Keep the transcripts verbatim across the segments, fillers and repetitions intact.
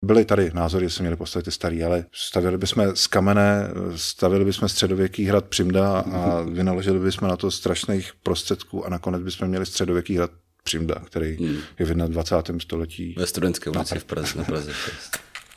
Byly tady názory, že se měli postavit ty starý, ale stavili bychom z kamene, stavili bychom středověký hrad Přimda a vynaložili bychom na to strašných prostředků a nakonec bychom měli středověký hrad Přimda, který hmm. je v dvacátém století. Ve Studentské ulici v Praze. Na Praze šest.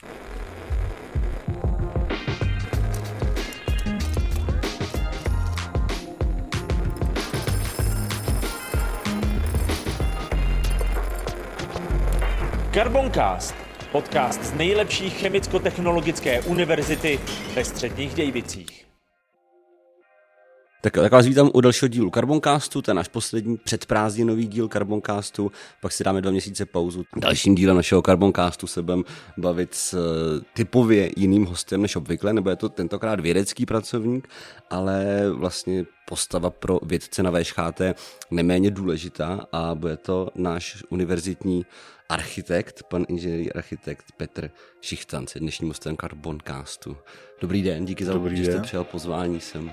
Carboncast, podcast z nejlepší chemicko-technologické univerzity ve Středních Dějvicích. Tak, tak vás vítám u dalšího dílu Carboncastu, to je náš poslední předprázdninový díl Carboncastu, pak si dáme dva měsíce pauzu. Dalším dílem našeho Carboncastu se budeme bavit s typově jiným hostem než obvykle, nebo je to tentokrát vědecký pracovník, ale vlastně postava pro vědce na V Š H T neméně důležitá a bude to náš univerzitní architekt, pan inženýrní architekt Petr Šichtanc, dnešním hostem Carboncastu. Dobrý den, díky za to, že jste přijal pozvání sem.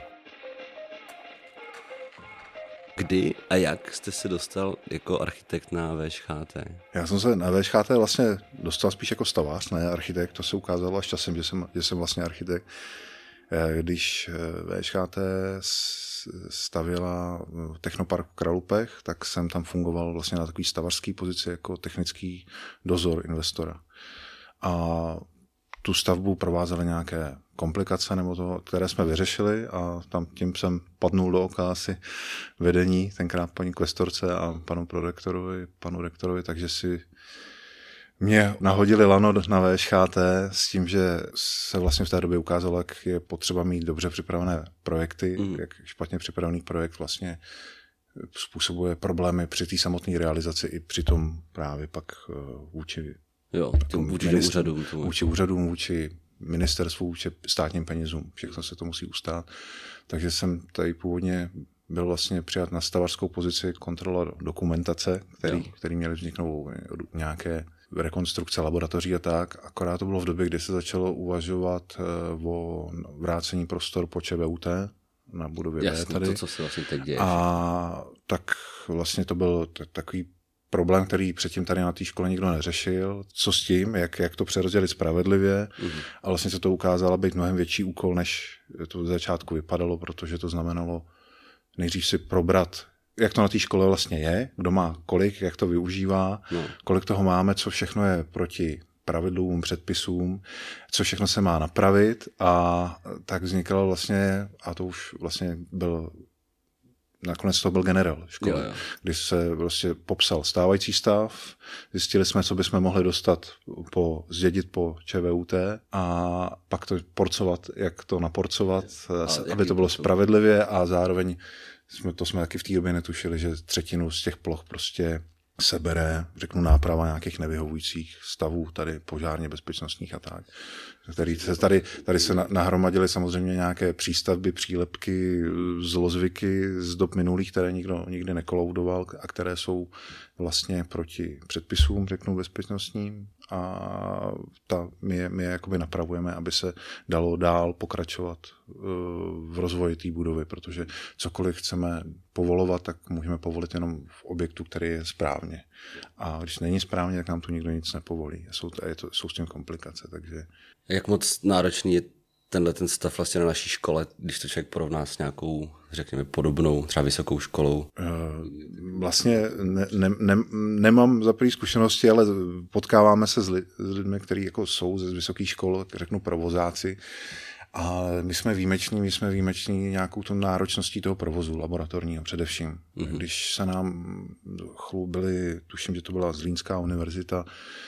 Kdy a jak jste se dostal jako architekt na V Š H T? Já jsem se na V Š H T vlastně dostal spíš jako stavář, ne architekt. To se ukázalo až časem, že jsem, že jsem vlastně architekt. Když V Š H T stavěla technopark v Kralupech, tak jsem tam fungoval vlastně na takový stavařský pozici jako technický dozor investora. A tu stavbu provázely nějaké komplikace, nebo to, které jsme vyřešili a tam tím jsem padnul do oka asi vedení, tenkrát paní kvestorce a panu prorektorovi, panu rektorovi, takže si mě nahodili lano na V Š H T s tím, že se vlastně v té době ukázalo, jak je potřeba mít dobře připravené projekty, mm. jak špatně připravený projekt vlastně způsobuje problémy při té samotné realizaci i při tom právě pak vůči Jo, tím vůči úřadům. Vůči úřadům, vůči ministerstvu, vůči státním penězům. Všechno se to musí ustát. Takže jsem tady původně byl vlastně přijat na stavařskou pozici kontrola dokumentace, který, který měly vzniknout nějaké rekonstrukce laboratoří a tak. Akorát to bylo v době, kdy se začalo uvažovat o vrácení prostor po Č V U T na budově Jasně, tady. to, co se vlastně teď děje. A tak vlastně to byl t- takový problém, který předtím tady na té škole nikdo neřešil. Co s tím, jak, jak to přerozdělit spravedlivě. Mm-hmm. A vlastně se to ukázalo být mnohem větší úkol, než to v začátku vypadalo, protože to znamenalo nejdřív si probrat, jak to na té škole vlastně je, kdo má kolik, jak to využívá, no. kolik toho máme, co všechno je proti pravidlům, předpisům, co všechno se má napravit a tak vznikalo vlastně, a to už vlastně byl nakonec to byl generál školy, jo, jo. kdy se prostě popsal stávající stav, zjistili jsme, co bychom mohli dostat, po, zdědit po Č V U T a pak to porcovat, jak to naporcovat, a aby to bylo spravedlivě a zároveň jsme, to jsme taky v té době netušili, že třetinu z těch ploch prostě sebere, řeknu, náprava nějakých nevyhovujících stavů, tady požárně bezpečnostních a tak. Tady se, tady, tady se nahromadily samozřejmě nějaké přístavby, přílepky, zlozvyky z dob minulých, které nikdo nikdy nekoloudoval a které jsou vlastně proti předpisům, řeknu, bezpečnostním a ta, my, je, my je jakoby napravujeme, aby se dalo dál pokračovat v rozvoji té budovy, protože cokoliv chceme povolovat, tak můžeme povolit jenom v objektu, který je správně. A když není správně, tak nám tu nikdo nic nepovolí. Jsou, to, je to, jsou s tím komplikace. Takže... Jak moc náročný je tenhle ten stav vlastně na naší škole, když to člověk porovná s nějakou, řekněme, podobnou, třeba vysokou školou? Vlastně ne, ne, ne, nemám za první zkušenosti, ale potkáváme se s, li, s lidmi, kteří jako jsou ze vysokých škol, řeknu provozáci, a my jsme výjimeční, my jsme výjimeční nějakou tu náročností toho provozu laboratorního především. Mm-hmm. Když se nám chlubili, tuším, že to byla Zlínská univerzita,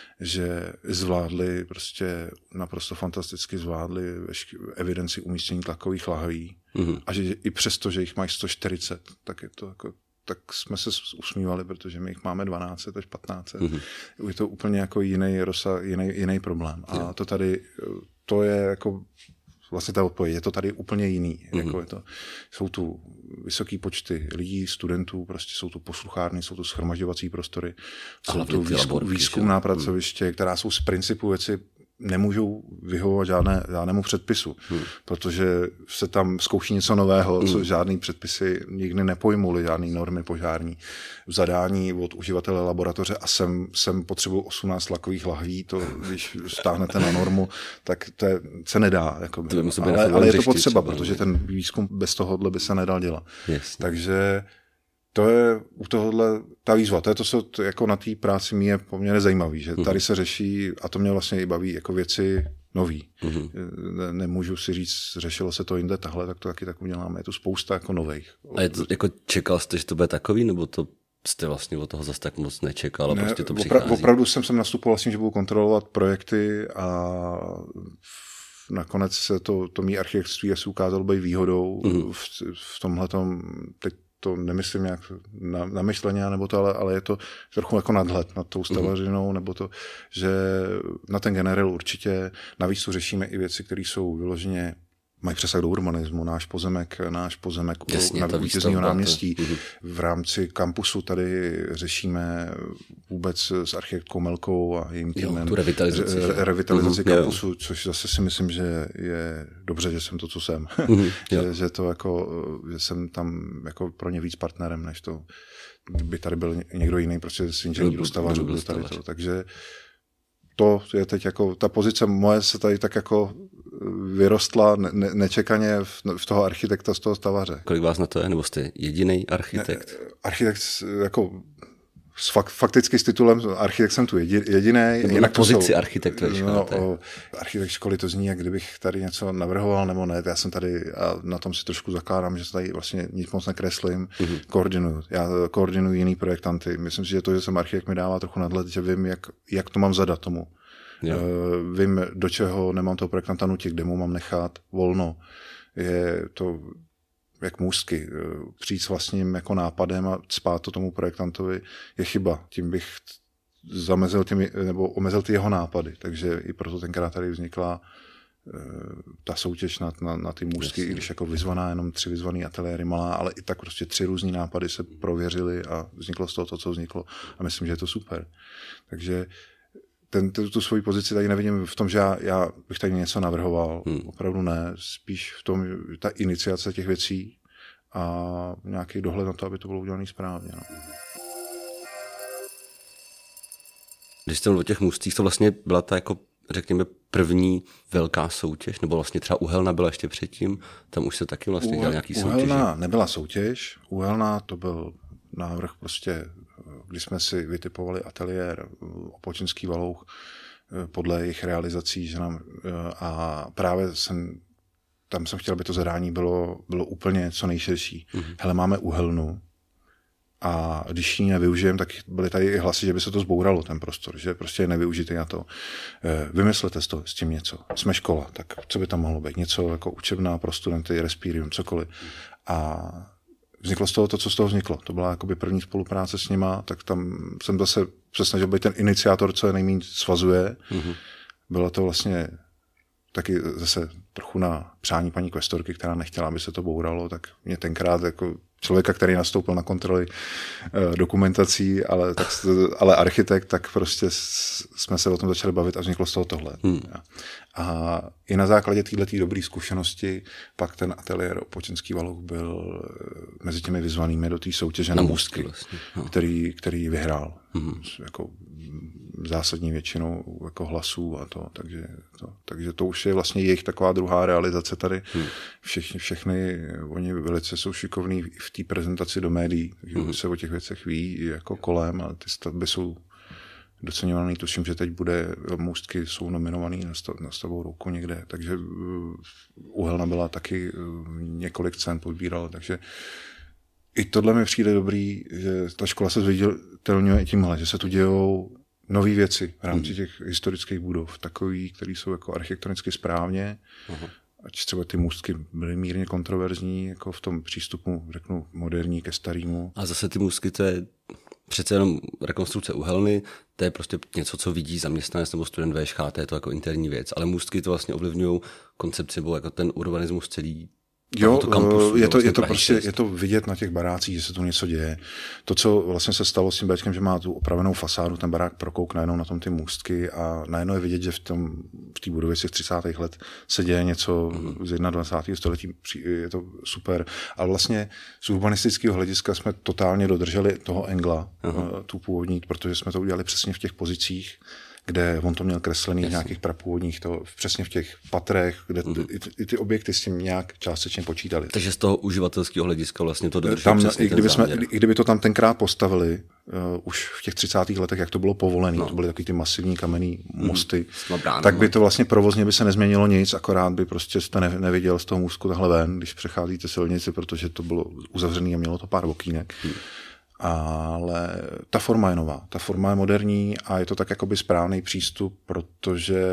že zvládli prostě naprosto fantasticky zvládli evidenci umístění tlakových lahví mm-hmm. a že i přesto, že jich mají sto čtyřicet, tak je to jako, tak jsme se usmívali, protože my jich máme dvanáct až patnáct. Mm-hmm. Je to úplně jako jiný rozsah, jiný, jiný problém. A yeah. to tady, to je jako vlastně ta odpověď, je to tady úplně jiný. Mm-hmm. Jako je to, jsou tu vysoký počty lidí, studentů, prostě jsou tu posluchárny, jsou tu shromažďovací prostory, jsou tu výzkum, výzkumná pracoviště, která jsou z principu věci nemůžou vyhovovat žádné, žádnému předpisu, hmm. protože se tam zkouší něco nového, hmm. co žádný předpisy nikdy nepojmuly, žádný normy požární. Zadání od uživatele laboratoře a sem, sem potřebuji osmnáct lakových lahví, to když stáhnete na normu, tak to je, se nedá. Jako, ale, ale je to potřeba, třeba, protože ten výzkum bez tohohle by se nedal dělat. Yes. Takže to je u tohohle ta výzva. To je to, co jako na té práci mi je poměrně zajímavý, že tady se řeší, a to mě vlastně i baví, jako věci nový. Mm-hmm. Ne, nemůžu si říct, řešilo se to jinde tahle, tak to taky tak uděláme. Je to spousta jako nových. A je to, jako čekal jste, že to bude takový, nebo to jste vlastně od toho zase tak moc nečekal a ne, prostě to přichází? Opra- opravdu jsem sem nastupoval vlastně, že budu kontrolovat projekty a nakonec se to, to mý architektství asi ukázalo být výhodou mm-hmm. v, v tomhletom, teď to nemyslím nějak na, na myšlení, nebo to, ale, ale je to trochu jako nadhled nad tou stavařinou, mm-hmm. nebo to, že na ten generál určitě, navíc tu řešíme i věci, které jsou vyloženě mají přesah do urbanismu, náš pozemek, náš pozemek Jasně, na Vítězního náměstí. To... V rámci kampusu tady řešíme vůbec s architektkou Melkou a jejím týmem tu revitalizaci, re, revitalizaci mm-hmm. kampusu, jo. Což zase si myslím, že je dobře, že jsem to, co jsem. Mm-hmm. že, že, to jako, že jsem tam jako pro ně víc partnerem, než to by tady byl někdo jiný, prostě s inženýrů dostavařů. Takže to je teď jako, ta pozice moje se tady tak jako vyrostla ne, nečekaně v, v toho architekta z toho stavaře. Kolik vás na to je, nebo jste jediný architekt? Ne, architekt jako s fakt, fakticky s titulem architekt jsem tu jediný. Na pozici jsou, architekta. No, o, architekt školy to zní, jak kdybych tady něco navrhoval, nebo ne. Já jsem tady a na tom si trošku zakládám, že tady vlastně nic moc nekreslím, mm-hmm. koordinuju. Já koordinuju jiný projektanty. Myslím si, že to, že jsem architekt, mi dává trochu nadhled, že vím, jak, jak to mám zadat tomu. Uh, vím, do čeho nemám toho projektanta nutit, kde mu mám nechat volno. Je to jak můstky. Přijít s vlastním jako nápadem a spát to tomu projektantovi je chyba. Tím bych zamezil těmi, nebo omezil ty jeho nápady. Takže i proto tenkrát tady vznikla uh, ta soutěž na, na, na ty můstky, Jasně. i když jako vyzvaná jenom tři vyzvaný ateliéry malá, ale i tak prostě tři různý nápady se prověřily a vzniklo z toho to, co vzniklo. A myslím, že je to super. Takže Ten, tu, tu svoji pozici tady nevidím v tom, že já, já bych tady něco navrhoval. Hmm. Opravdu ne. Spíš v tom, ta iniciace těch věcí a nějaký dohled na to, aby to bylo udělané správně. No. Když jste mluvil o těch můstcích, to vlastně byla ta jako, řekněme, první velká soutěž, nebo vlastně třeba Uhelná byla ještě předtím, tam už se taky vlastně dělal nějaký soutěž. Uhelná nebyla soutěž, Uhelná to byl návrh prostě, když jsme si vytipovali ateliér Opočenský Valouch podle jejich realizací, že nám, a právě jsem, tam jsem chtěl, aby to zadání bylo, bylo úplně co nejširší. Mm-hmm. Hele, máme Uhelnu a když ji nevyužijeme, tak byly tady i hlasy, že by se to zbouralo, ten prostor, že prostě je nevyužitý na to. Vymyslete s, to, s tím něco. Jsme škola, tak co by tam mohlo být? Něco jako učebná pro studenty, respirium, cokoliv. A vzniklo z toho to, co z toho vzniklo. To byla jakoby první spolupráce s nima, tak tam jsem zase se snažil být ten iniciátor, co je nejméně svazuje. Mm-hmm. Bylo to vlastně taky zase trochu na přání paní kvestorky, která nechtěla, aby se to bouralo, tak mě tenkrát jako člověka, který nastoupil na kontroly e, dokumentací, ale, tak, ale architekt, tak prostě s, jsme se o tom začali bavit a vzniklo z toho tohle. Hmm. A i na základě této dobré zkušenosti pak ten ateliér Opočenský Valouch byl mezi těmi vyzvanými do té soutěže na, na můstky, vlastně. no. který, který vyhrál. Hmm. Jako zásadní většinou jako hlasů a to, takže to, takže to už je vlastně jejich taková druhá realizace tady. Hmm. Všechny, všechny, oni velice jsou šikovní v té prezentaci do médií, takže hmm. se o těch věcech ví jako kolem a ty stavby jsou doceňovaný. Tuším, že teď bude, můstky jsou nominovaný na, stav, na stavou roku někde, takže Uhelná byla taky několik cen podbírala, takže i tohle mi přijde dobrý, že ta škola se zviditelňuje i tímhle, že se tu dějou nové věci v rámci těch historických budov, takový, které jsou jako architektonicky správně, uh-huh. ať třeba ty můstky byly mírně kontroverzní, jako v tom přístupu, řeknu, moderní ke starému. A zase ty můstky, to je přece jenom rekonstrukce uhelny, to je prostě něco, co vidí zaměstnanec nebo student V Š Ch, to je to jako interní věc, ale můstky to vlastně ovlivňují koncepci, nebo jako ten urbanismus celý. Jo, kampusu, je to, je to prostě, je to vidět na těch barácích, že se tu něco děje. To, co vlastně se stalo s tím Bčkem, že má tu opravenou fasádu, ten barák prokouk najednou na tom ty můstky a najednou je vidět, že v, tom, v té budově z těch třicátých let se děje něco mm. z dvacátého prvního století, je to super. A vlastně z urbanistického hlediska jsme totálně dodrželi toho Engla, uh, tu původní, protože jsme to udělali přesně v těch pozicích, kde on to měl kreslený v nějakých prapůvodních, to, přesně v těch patrech, kde mm-hmm. i, i ty objekty s tím nějak částečně počítali. Takže z toho uživatelského hlediska vlastně to dodrželo přesně i kdyby, ten jsme, záměr. I kdyby to tam tenkrát postavili, uh, už v těch třicátých letech, jak to bylo povolené, no. to byly takový ty masivní kamenný mosty, mm, tak by to vlastně provozně by se nezměnilo nic, akorát by prostě jste ne, neviděl z toho můstku tahle ven, když přecházíte silnici, protože to bylo uzavřené a mělo to pár okýnek. Mm. Ale ta forma je nová, ta forma je moderní a je to tak jakoby správný přístup, protože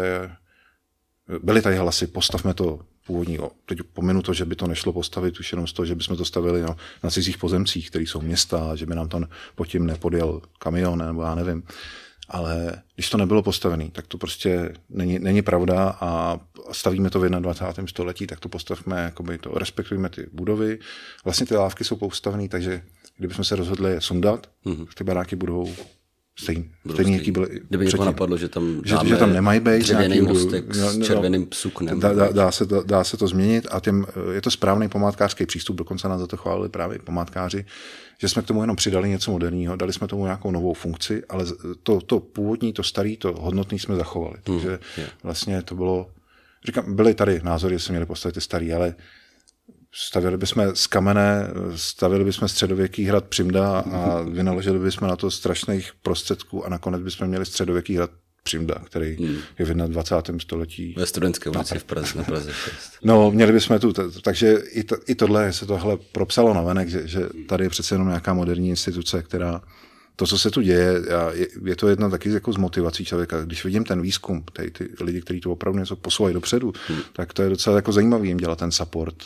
byly tady hlasy, postavme to původní, teď pominu to, že by to nešlo postavit už jenom z toho, že bychom to stavili na, na cizích pozemcích, které jsou města, že by nám tam pod tím nepodjel kamion, nebo já nevím. Ale když to nebylo postavené, tak to prostě není, není pravda a stavíme to v dvacátém prvním století, tak to postavme, jakoby to, respektujeme ty budovy. Vlastně ty lávky jsou postavené, takže kdybychom se rozhodli je sundat, mm-hmm. ty baráky budou stejný. Stejný, jaký byly Kdyby někoho napadlo, že tam že, že tam nemají být dřevěný mostek no, no, s červeným suknem. Dá, dá, dá, se to, dá se to změnit a těm, je to správný památkářský přístup, dokonce nás za to chválili právě památkáři, že jsme k tomu jenom přidali něco moderního, dali jsme tomu nějakou novou funkci, ale to, to původní, to starý, to hodnotný jsme zachovali. Takže mm, yeah. vlastně to bylo, říkám, byly tady názory, že se měli postavit ty starý, ale stavili bychom z kamene, stavili bychom středověký hrad Přimda a vynaložili bychom na to strašných prostředků a nakonec bychom měli středověký hrad Přimda, který hmm. je v dvacátém prvním století. Ve Studentské ulici v Praze, na Praze šest. No, měli bychom tu, takže i, to, i tohle se tohle propsalo navenek, že, že tady je přece jenom nějaká moderní instituce, která to, co se tu děje, je, je to jedna taky jako z motivací člověka. Když vidím ten výzkum, ty, ty lidi, kteří to opravdu něco posouvají dopředu, hmm. tak to je docela jako zajímavý jim dělat ten support,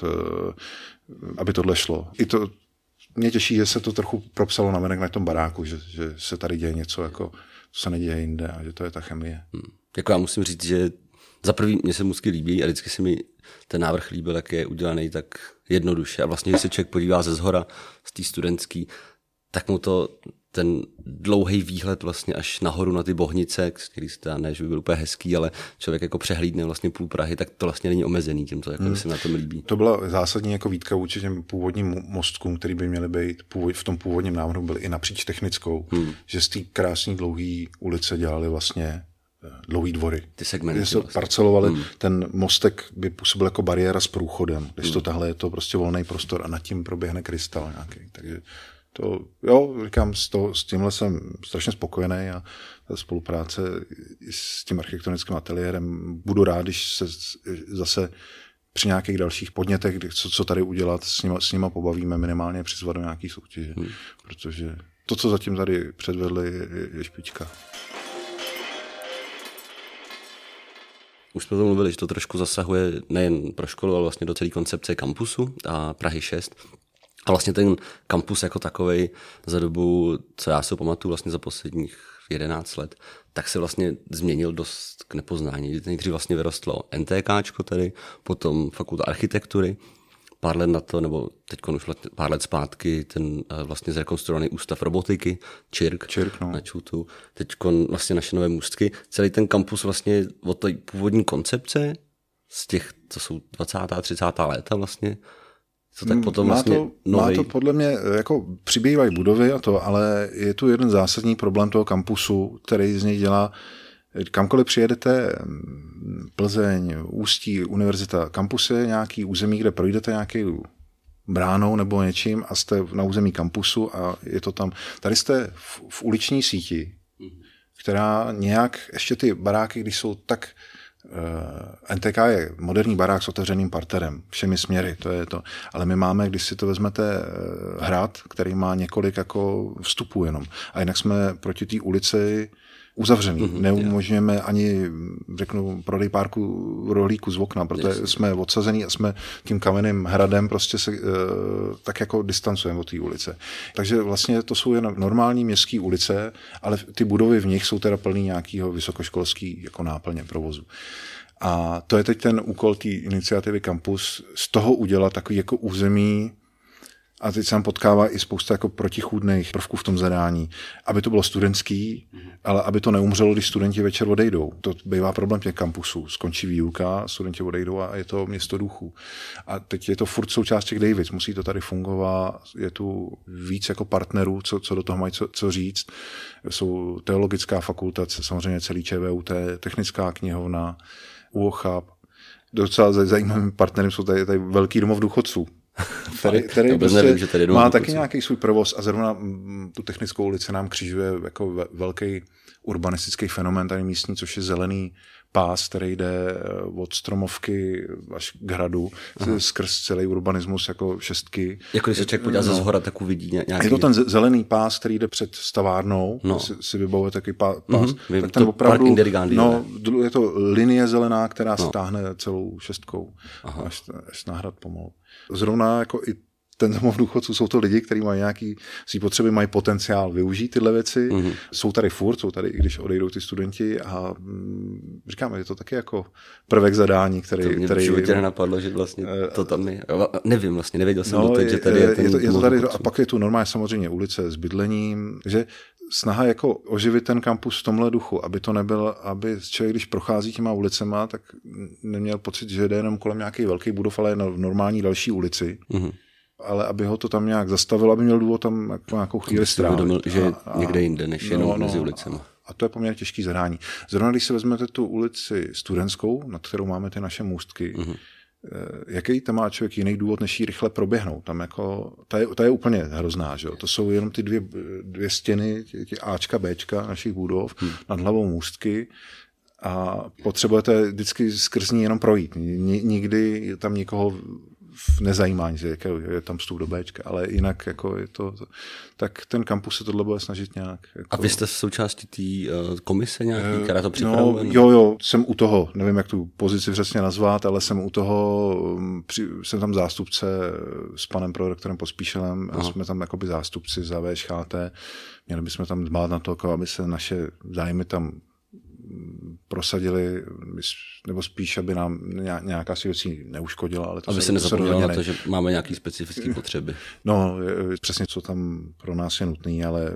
aby tohle šlo. I to mě těší, že se to trochu propsalo navenek na tom baráku, že, že se tady děje něco, jako, co se neděje jinde a že to je ta chemie. Hmm. Jako já musím říct, že za prvý mě se musky líbí a vždycky se mi ten návrh líbil, jak je udělaný tak jednoduše. A vlastně, když se člověk podívá ze zhora, z té studentský, tak mu to ten dlouhý výhled vlastně až nahoru na ty Bohnice, který se teda ne, že by byl úplně hezký, ale člověk jako přehlídne vlastně půl Prahy, tak to vlastně není omezený tím, to jako hmm. se na tom líbí. To byla zásadní jako výtka vůči těm původním mostkům, který by měly být v tom původním návrhu, byly i napříč technickou, hmm. že z té krásné dlouhé ulice dělali vlastně dlouhý dvory. Ty segmenty. Se vlastně parcelovali, hmm. ten mostek by působil jako bariéra s průchodem, když hmm. to tahle je to prostě volný prostor a nad tím proběhne krystal nějaký, takže to, jo, říkám, s, to, s tímhle jsem strašně spokojený a ta spolupráce s tím architektonickým ateliérem budu rád, když se zase při nějakých dalších podnětech, co, co tady udělat, s nima, s nima pobavíme, minimálně přizvat do nějaký soutěže, hmm. protože to, co zatím tady předvedli, je, je špička. Už jsme to mluvili, že to trošku zasahuje nejen pro školu, ale vlastně do celé koncepce kampusu a Prahy šest. A vlastně ten kampus jako takovej za dobu, co já si pamatuju vlastně za posledních jedenáct let, tak se vlastně změnil dost k nepoznání. Nejdřív vlastně vyrostlo NTKčko tady, potom fakulta architektury, pár let na to, nebo teď už pár let zpátky, ten vlastně zrekonstruovaný ústav robotiky, ČIRK, ČIRK no. na ČÚTu, teď vlastně naše nové můstky. Celý ten kampus vlastně od té původní koncepce, z těch, co jsou dvacátá, třicátá léta vlastně, co tak potom má, vlastně to, novej... má to podle mě, jako přibývají budovy a to, ale je tu jeden zásadní problém toho kampusu, který z něj dělá, kamkoliv přijedete, Plzeň, Ústí, univerzita, kampus je nějaký území, kde projdete nějaký bránou nebo něčím a jste na území kampusu a je to tam. Tady jste v, v uliční síti, která nějak, ještě ty baráky, když jsou tak N T K je moderní barák s otevřeným parterem, všemi směry, to je to. Ale my máme, když si to vezmete, hrad, který má několik jako vstupů jenom. A jinak jsme proti té ulici uzavřený. Mm-hmm, Neumožňujeme yeah. ani, řeknu, prodej párku rohlíku z okna, protože yes. jsme odsazený a jsme tím kamenným hradem prostě se uh, tak jako distancujeme od té ulice. Takže vlastně to jsou jen normální městské ulice, ale ty budovy v nich jsou teda plný nějakého vysokoškolský jako náplně provozu. A to je teď ten úkol té iniciativy Campus, z toho udělat takový jako území A teď se tam potkává i spousta jako protichůdných prvků v tom zadání, aby to bylo studentský, mm. ale aby to neumřelo, když studenti večer odejdou. To bývá problém těch kampusů. Skončí výuka, studenti odejdou a je to město duchů. A teď je to furt součást těch Davids, musí to tady fungovat, je tu víc jako partnerů, co, co do toho mají co, co říct. Jsou teologická fakulta, samozřejmě celý ČVUT, technická knihovna, UOCHAP. Docela zajímavým partnerem jsou tady, tady velký domov důchodců, který, který prostě nevím, že tady má taky nějaký svůj provoz a zrovna tu technickou ulici nám křižuje jako velký urbanistický fenomén tady místní, což je zelený pás, který jde od Stromovky až k hradu, Aha. skrz celý urbanismus jako šestky. Jako když se člověk podívá no, ze zhora, tak uvidí nějaký... Je to ten zelený pás, který jde před stavárnou, no. si, si vybavuje takový pás. Mm-hmm, vím, tak ten opravdu, no, ne? je to linie zelená, která no. se táhne celou šestkou až, až na hrad pomalu. Zrovna jako i ten domov důchodců jsou to lidi, kteří mají nějaký svý potřeby, mají potenciál využít tyhle věci. Mm-hmm. Jsou tady furt, jsou tady, i když odejdou ty studenti a mm, říkáme, je to taky jako prvek zadání, který... To mě který, v životě nenapadlo, že vlastně to tam je. Nevím vlastně, nevěděl jsem no, doteď, že tady je, je ten je to, je to tady, důchodců. A pak je tu normálně samozřejmě ulice s bydlením, že snaha jako oživit ten kampus v tomhle duchu, aby to nebyl, aby člověk, když prochází těma ulicema, tak neměl pocit, že jde jenom kolem nějakých velkých budov, ale na normální další ulici. Mm-hmm. Ale aby ho to tam nějak zastavilo, aby měl důvod tam jako nějakou chvíli strávit. Že je někde jinde, než jenom no, no, mezi ulicemi. A to je poměrně těžký zadání. Zrovna když si vezmete tu ulici Studentskou, nad kterou máme ty naše můstky, mm-hmm. jaký tam má člověk jiný důvod, než ji rychle proběhnout? Tam jako, ta, je, ta je úplně hrozná, že jo? To jsou jenom ty dvě, dvě stěny, ty Ačka, Bčka našich budov, hmm. nad hlavou můstky a potřebujete vždycky skrz ní jenom projít. Nikdy tam nikoho nezajímá, že je tam vstup do Bčka, ale jinak jako je to, tak ten kampus se tohle bude snažit nějak. Jako... A vy jste součástí té uh, komise nějaký, která to připravuje? No, jo, jo, jsem u toho, nevím, jak tu pozici přesně nazvat, ale jsem u toho, při, jsem tam zástupce s panem prorektorem Pospíšilem, Aha. jsme tam jakoby zástupci za V Š H T, měli bychom tam dbát na to, aby se naše zájmy tam prosadili, nebo spíš, aby nám nějaká si věcí neuškodila. Ale to aby se, se nezapomnělo na to, že máme nějaké specifické potřeby. No, přesně, co tam pro nás je nutný, ale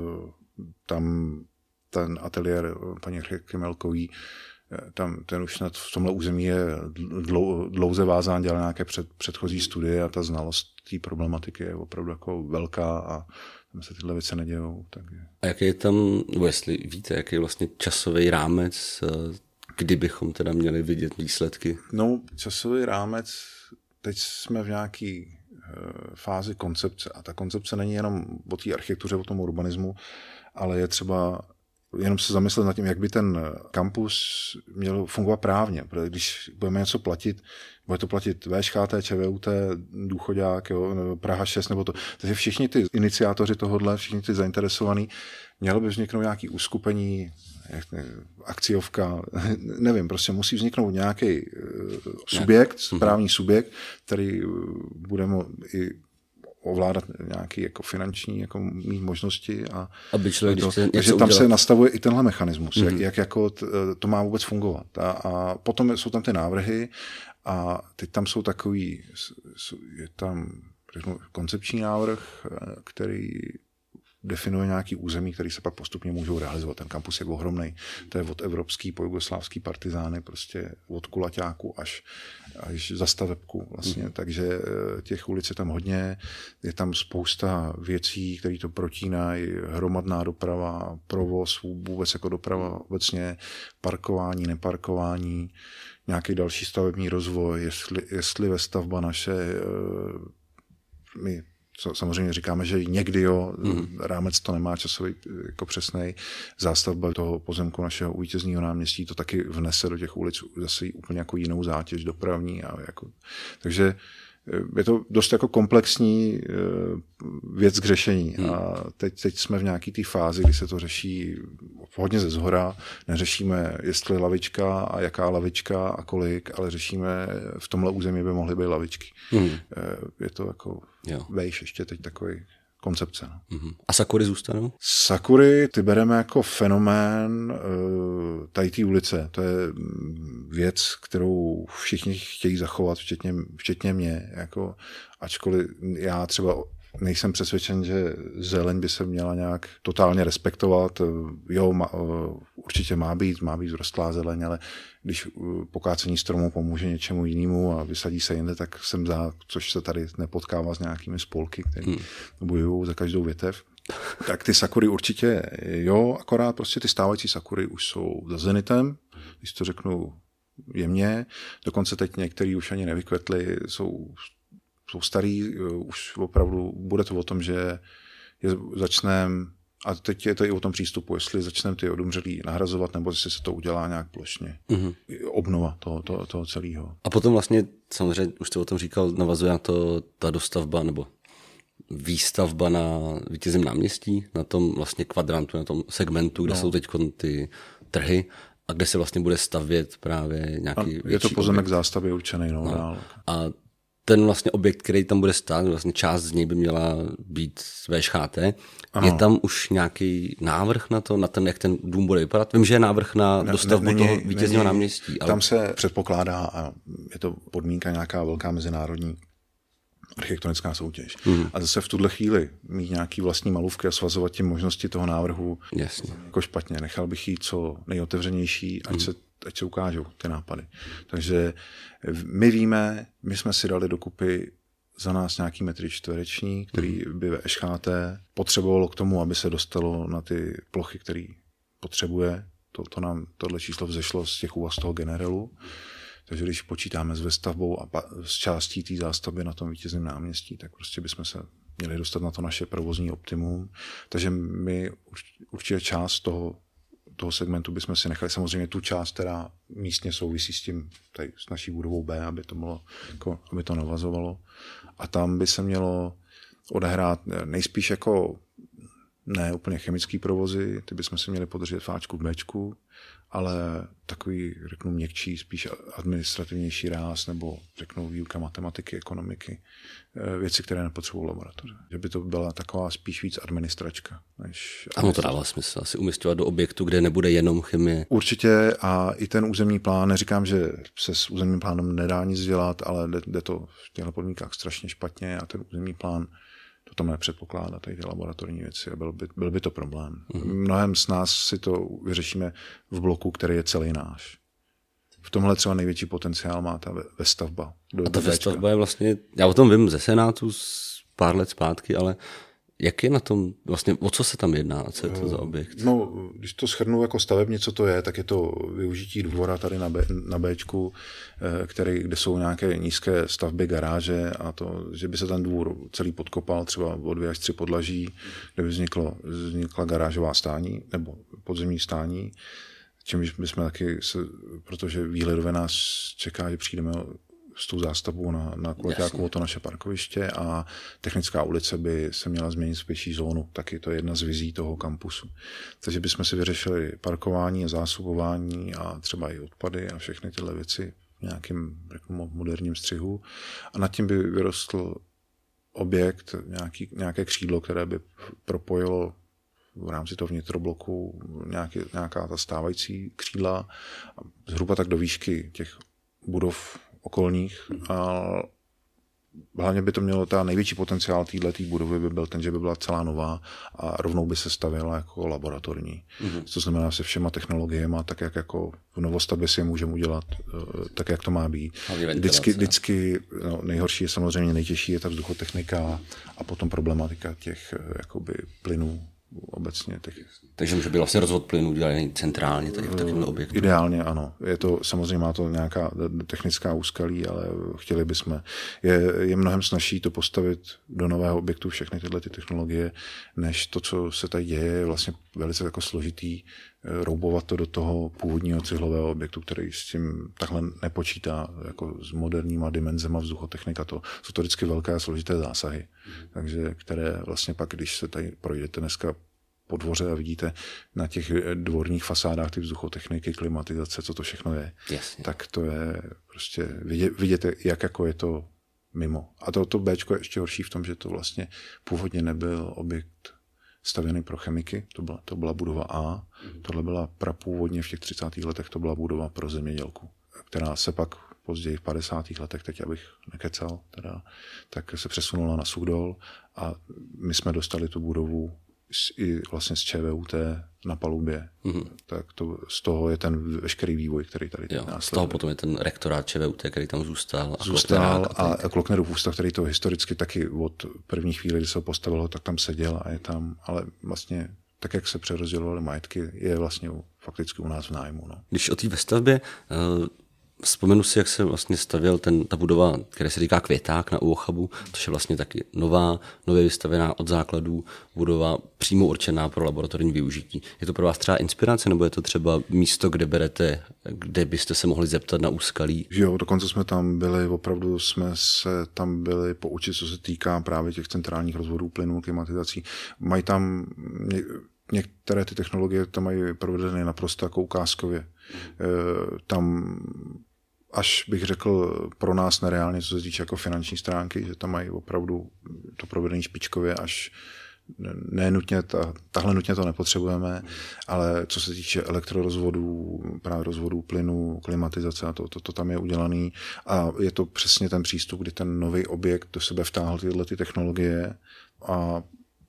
tam ten ateliér paní Chemelkový, tam ten už nad, v tomhle území je dlou, dlouze vázán, dělal nějaké před, předchozí studie a ta znalost té problematiky je opravdu jako velká a tam se tyhle věci nedějou. Tak... A jaký je tam, nebo jestli víte, jaký je vlastně časový rámec, kdy bychom teda měli vidět výsledky? No, časový rámec, teď jsme v nějaký fázi koncepce a ta koncepce není jenom o té architektuře, o tom urbanismu, ale je třeba jenom se zamyslet nad tím, jak by ten kampus měl fungovat právně, protože když budeme něco platit, bude to platit V Š H T, ČVUT, Důchodák, jo, nebo Praha šest, nebo to. Takže všichni ty iniciátoři tohodle, všichni ty zainteresovaní, mělo by vzniknout nějaké uskupení, akciovka, nevím, prostě musí vzniknout nějaký subjekt, správní subjekt, který bude i ovládat nějaké jako finanční jako mít možnosti a aby člověk, to, když takže tam udělat. se nastavuje i tenhle mechanismus, mm-hmm. jak, jak jako t, to má vůbec fungovat. A, a potom jsou tam ty návrhy a teď tam jsou takový, je tam řeknu, koncepční návrh, který definuje nějaký území, který se pak postupně můžou realizovat. Ten kampus je ohromnej. To je od evropský po jugoslávský partizány, prostě od Kulaťáku až, až za Stavebku vlastně. Mm. Takže těch ulic je tam hodně. Je tam spousta věcí, které to protínají. Hromadná doprava, provoz, vůbec jako doprava obecně, parkování, neparkování, nějaký další stavební rozvoj, jestli, jestli ve stavba naše my Co, samozřejmě říkáme, že někdy jo, mm. rámec to nemá časový jako přesnej. Zástavba toho pozemku našeho Vítězního náměstí to taky vnese do těch ulic zase úplně jako jinou zátěž dopravní. A jako, takže je to dost jako komplexní věc k řešení. Hmm. A teď, teď jsme v nějaký té fázi, kdy se to řeší hodně ze zhora. Neřešíme, jestli lavička a jaká lavička a kolik, ale řešíme, v tomhle území by mohly být lavičky. Hmm. Je to jako vejš ještě teď takový koncepce. No. Hmm. A sakury zůstanou? Sakury ty bereme jako fenomén tady té ulice. To je věc, kterou všichni chtějí zachovat, včetně, včetně mě. Jako, ačkoliv já třeba nejsem přesvědčen, že zeleň by se měla nějak totálně respektovat. Jo, má, určitě má být, má být vzrostlá zeleň, ale když pokácení stromů pomůže něčemu jinému a vysadí se jinde, tak jsem za, což se tady nepotkává s nějakými spolky, které hmm. bojují za každou větev. Tak ty sakury určitě jo, akorát prostě ty stávající sakury už jsou za zenitem, když to řeknu jemně, dokonce teď některý už ani nevykvetly, jsou, jsou starý, už opravdu bude to o tom, že je začneme, a teď je to i o tom přístupu, jestli začneme ty odumřelý nahrazovat, nebo jestli se to udělá nějak plošně. Mm-hmm. Obnova toho, toho, toho celého. A potom vlastně, samozřejmě, už jste o tom říkal, navazuje na to ta dostavba, nebo výstavba na Vítězném náměstí, na tom vlastně kvadrantu, na tom segmentu, kde no. jsou teď ty trhy a kde se vlastně bude stavět právě nějaký a je to pozemek objekt. Zástavy určený. No, no. A ten vlastně objekt, který tam bude stát, vlastně část z něj by měla být V Š H T. Ano. Je tam už nějaký návrh na to, na ten, jak ten dům bude vypadat? Vím, že je návrh na ne, dostavbu ne, není, toho Vítězného náměstí. Ale... Tam se předpokládá, a je to podmínka nějaká velká mezinárodní architektonická soutěž. Hmm. A zase v tuhle chvíli mít nějaký vlastní malůvky a svazovat tím možnosti toho návrhu Jasně. jako špatně. Nechal bych jí co nejotevřenější, ať, hmm. se, ať se ukážou ty nápady. Takže my víme, my jsme si dali dokupy za nás nějaký metry čtvereční, který hmm. by ve Š H T potřebovalo k tomu, aby se dostalo na ty plochy, které potřebuje. To, to nám tohle číslo vzešlo z těch úvah z toho generelu. Takže když počítáme s vestavbou a s částí té zástavby na tom Vítězném náměstí, tak prostě bychom se měli dostat na to naše provozní optimum. Takže my určitě část toho, toho segmentu bychom si nechali. Samozřejmě tu část, která místně souvisí s tím, tady s naší budovou B, aby to bylo, jako, aby to navazovalo. A tam by se mělo odehrát nejspíš jako ne úplně chemický provozy, ty bychom si měli podržet v Ačku, v Bčku, ale takový, řeknu, měkčí, spíš administrativnější ráz, nebo řeknu výuka matematiky, ekonomiky, věci, které nepotřebují laboratoře. Že by to byla taková spíš víc administračka. Než ano, to dává smysl. Asi umísťovat do objektu, kde nebude jenom chemie. Určitě a i ten územní plán, neříkám, že se s územním plánem nedá nic dělat, ale jde to v těchto podmínkách strašně špatně a ten územní plán to tam nepředpokládá, tady ty laboratorní věci a byl by, byl by to problém. Mm-hmm. Mnohem z nás si to vyřešíme v bloku, který je celý náš. V tomhle třeba největší potenciál má ta vestavba. A ta vestavba je vlastně, já o tom vím ze Senátu z pár let zpátky, ale jak je na tom, vlastně o co se tam jedná, co je to za objekt? No, když to shrnu jako stavebně, co to je, tak je to využití dvora tady na, B, na Bčku, který, kde jsou nějaké nízké stavby, garáže a to, že by se ten dvůr celý podkopal třeba o dvě až tři podlaží, kde by vzniklo, vznikla garážová stání nebo podzemní stání, čímž bychom taky, se, protože výhledově nás čeká, že přijdeme s tou zástavbou na, na Kuleťákovo to naše parkoviště a technická ulice by se měla změnit v pěší zónu. Taky to je jedna z vizí toho kampusu. Takže bychom si vyřešili parkování a zásobování a třeba i odpady a všechny tyhle věci v nějakém, řeknu, moderním střihu. A nad tím by vyrostl objekt, nějaký, nějaké křídlo, které by propojilo v rámci toho vnitrobloku nějaký, nějaká ta stávající křídla, zhruba tak do výšky těch budov okolních. A hlavně by to mělo, ta největší potenciál této budovy by byl ten, že by byla celá nová a rovnou by se stavěla jako laboratorní. Mm-hmm. To znamená se všema technologiemi, tak jak jako v novostavbě si je můžeme udělat, tak jak to má být. Vždycky, vždycky no, nejhorší je samozřejmě, nejtěžší je ta vzduchotechnika a potom problematika těch jakoby plynů obecně. Těch... Takže může být vlastně rozvod plynu dělaný centrálně tady v takovémhle objektu. Ideálně ano. Je to, samozřejmě má to nějaká technická úskalí, ale chtěli bychom. Je, je mnohem snazší to postavit do nového objektu všechny tyhle ty technologie, než to, co se tady děje, je vlastně velice jako složitý roubovat to do toho původního cihlového objektu, který s tím takhle nepočítá jako s moderníma dimenzema vzduchotechnika. To jsou to vždycky velké a složité zásahy, mm. takže které vlastně pak, když se tady projdete dneska po dvoře a vidíte na těch dvorních fasádách ty vzduchotechniky, klimatizace, co to všechno je, Jasně. tak to je prostě, vidět, vidíte, jak jako je to mimo. A to, to Bčko je ještě horší v tom, že to vlastně původně nebyl objekt stavěný pro chemiky, to byla, to byla budova A, mm. tohle byla prapůvodně v těch třicátých letech, to byla budova pro zemědělku, která se pak později v padesátých letech, teď abych nekecal, teda, tak se přesunula na Suchdol a my jsme dostali tu budovu i vlastně z ČVUT na palubě. Mm-hmm. Tak to, z toho je ten veškerý vývoj, který tady jo, z toho potom je ten rektorát ČVUT, který tam zůstal. A zůstal a, a Klocknerův ústav, který to historicky taky od první chvíli, kdy se ho postavilo, tak tam seděl a je tam, ale vlastně tak, jak se přerozdělovaly majetky, je vlastně fakticky u nás v nájmu. No. Když o té vestavbě uh... vzpomenu si, jak se vlastně stavěl ten, ta budova, která se říká Květák na Úochabu, což je vlastně taky nová, nově vystavená od základů budova přímo určená pro laboratorní využití. Je to pro vás třeba inspirace, nebo je to třeba místo, kde berete, kde byste se mohli zeptat na úskalí? Jo, dokonce jsme tam byli, opravdu jsme se tam byli poučit, co se týká právě těch centrálních rozvodů plynů, klimatizací. Mají tam některé ty technologie tam mají provedené naprosto jako ukázkově. Tam až bych řekl pro nás nereálně, co se týče jako finanční stránky, že tam mají opravdu to provedení špičkově, až nenutně, ta, tahle nutně to nepotřebujeme, ale co se týče elektrorozvodů, právě rozvodů plynu, klimatizace, a to, to, to tam je udělaný a je to přesně ten přístup, kdy ten nový objekt do sebe vtáhl tyhle ty technologie a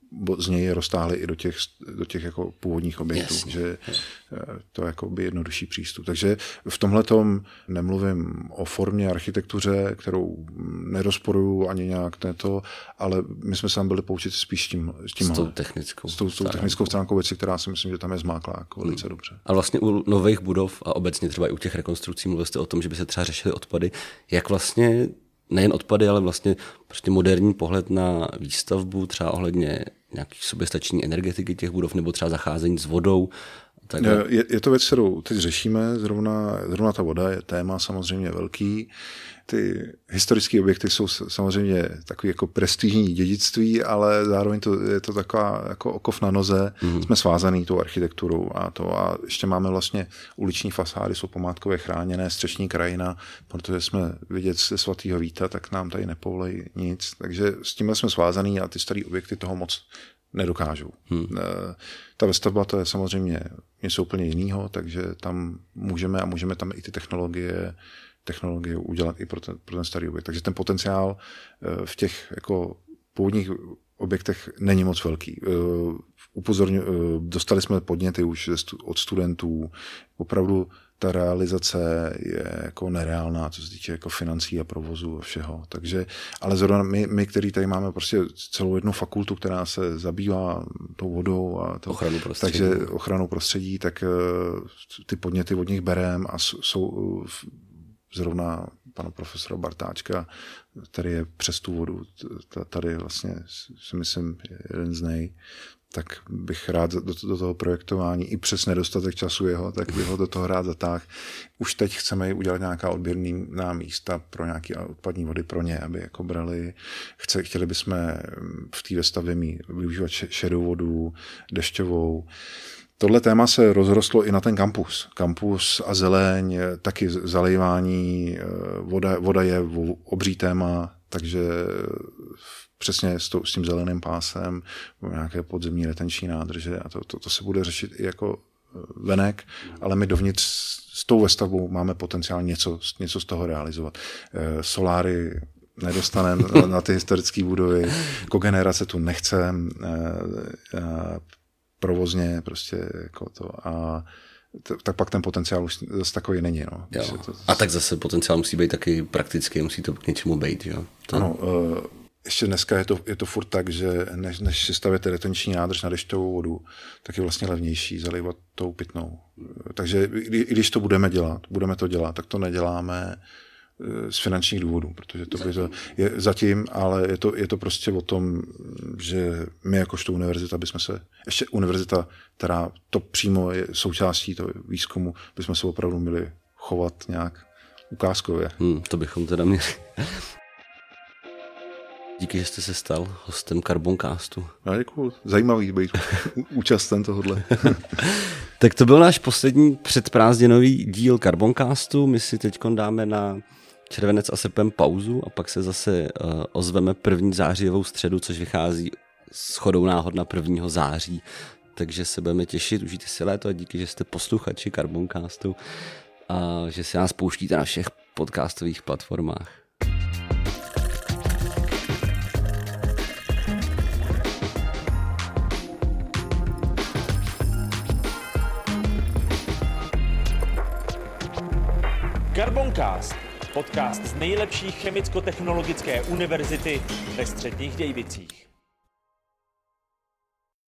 z něj roztáhli i do těch, do těch jako původních objektů, Jasně. že to je jako by jednodušší přístup. Takže v tomhletom nemluvím o formě architektuře, kterou nerozporuju ani nějak to, ale my jsme se tam byli poučit spíš tím, s tímhle. S tou technickou. S tou, s tou technickou stránkou věci, která si myslím, že tam je zmáklá jako velice hmm. dobře. A vlastně u nových budov a obecně třeba i u těch rekonstrukcí mluvili jste o tom, že by se třeba řešily odpady. Jak vlastně nejen odpady, ale vlastně prostě moderní pohled na výstavbu, třeba ohledně nějaký soběstační energetiky těch budov, nebo třeba zacházení s vodou. Je, je to věc, kterou teď řešíme, zrovna, zrovna ta voda je téma samozřejmě velký. Ty historické objekty jsou samozřejmě takový jako prestižní dědictví, ale zároveň to, je to taková jako okov na noze. Mm. Jsme svázaný tou architekturou a to. A ještě máme vlastně uliční fasády, jsou památkově chráněné, střešní krajina, protože jsme vidět ze svatého Víta, tak nám tady nepovolej nic. Takže s tímhle jsme svázaný a ty staré objekty toho moc nedokážou. Hmm. Ta vestavba to je samozřejmě něco úplně jiného, takže tam můžeme a můžeme tam i ty technologie, technologie udělat i pro ten, pro ten starý objekt. Takže ten potenciál v těch jako původních objektech není moc velký. Upozorňu, dostali jsme podněty už od studentů. Opravdu ta realizace je jako nereálná, co se týče jako financí a provozu a všeho. Takže, ale zrovna my, my, který tady máme prostě celou jednu fakultu, která se zabývá tou vodou a to, ochranu prostředí. Takže ochranou prostředí, tak ty podněty od nich bereme a jsou zrovna pana profesora Bartáčka, který je přes tu vodu, tady vlastně si myslím jeden z nej, tak bych rád do, do toho projektování i přes nedostatek času jeho, tak bych ho do toho rád zatáhl. Už teď chceme udělat nějaká odběrná místa pro nějaké odpadní vody pro ně, aby jako brali. Chce, chtěli bychom v té vestavě využívat šedou vodu, dešťovou. Tohle téma se rozrostlo i na ten kampus. Kampus a zeleň, taky zalejvání, voda, voda je obří téma, takže přesně s, to, s tím zeleným pásem, nějaké podzemní retenční nádrže a to, to, to se bude řešit i jako venek, ale my dovnitř s tou vestavbou máme potenciál něco, něco z toho realizovat. Soláry nedostaneme na ty historické budovy, kogenerace tu nechcem, provozně prostě jako to a to, tak pak ten potenciál už zase takový není. No. To, a tak zase potenciál musí být taky praktický, musí to k něčemu být. Jo? To... Ano, uh, ještě dneska je to, je to furt tak, že než, než si stavíte retenční nádrž na dešťovou vodu, tak je vlastně levnější zalévat tou pitnou. Takže i, i když to budeme dělat, budeme to dělat, tak to neděláme z finančních důvodů, protože to by to je zatím, ale je to, je to prostě o tom, že my jakožto univerzita bychom se, ještě univerzita, která to přímo je součástí toho výzkumu, bychom se opravdu měli chovat nějak ukázkově. Hmm, to bychom teda měli. Díky, že jste se stal hostem Carboncastu. Já děkuju. Zajímavý být účasten tohodle. Tak to byl náš poslední předprázdninový díl Carboncastu. My si teď dáme na červenec a srpen pauzu a pak se zase uh, ozveme první zářijovou středu, což vychází shodou náhod na prvního září. Takže se budeme těšit, užijte si léto a díky, že jste posluchači Carboncastu a že se nás pouštíte na všech podcastových platformách. Carboncast, podcast z nejlepší chemicko-technologické univerzity ve Středních Dějvicích.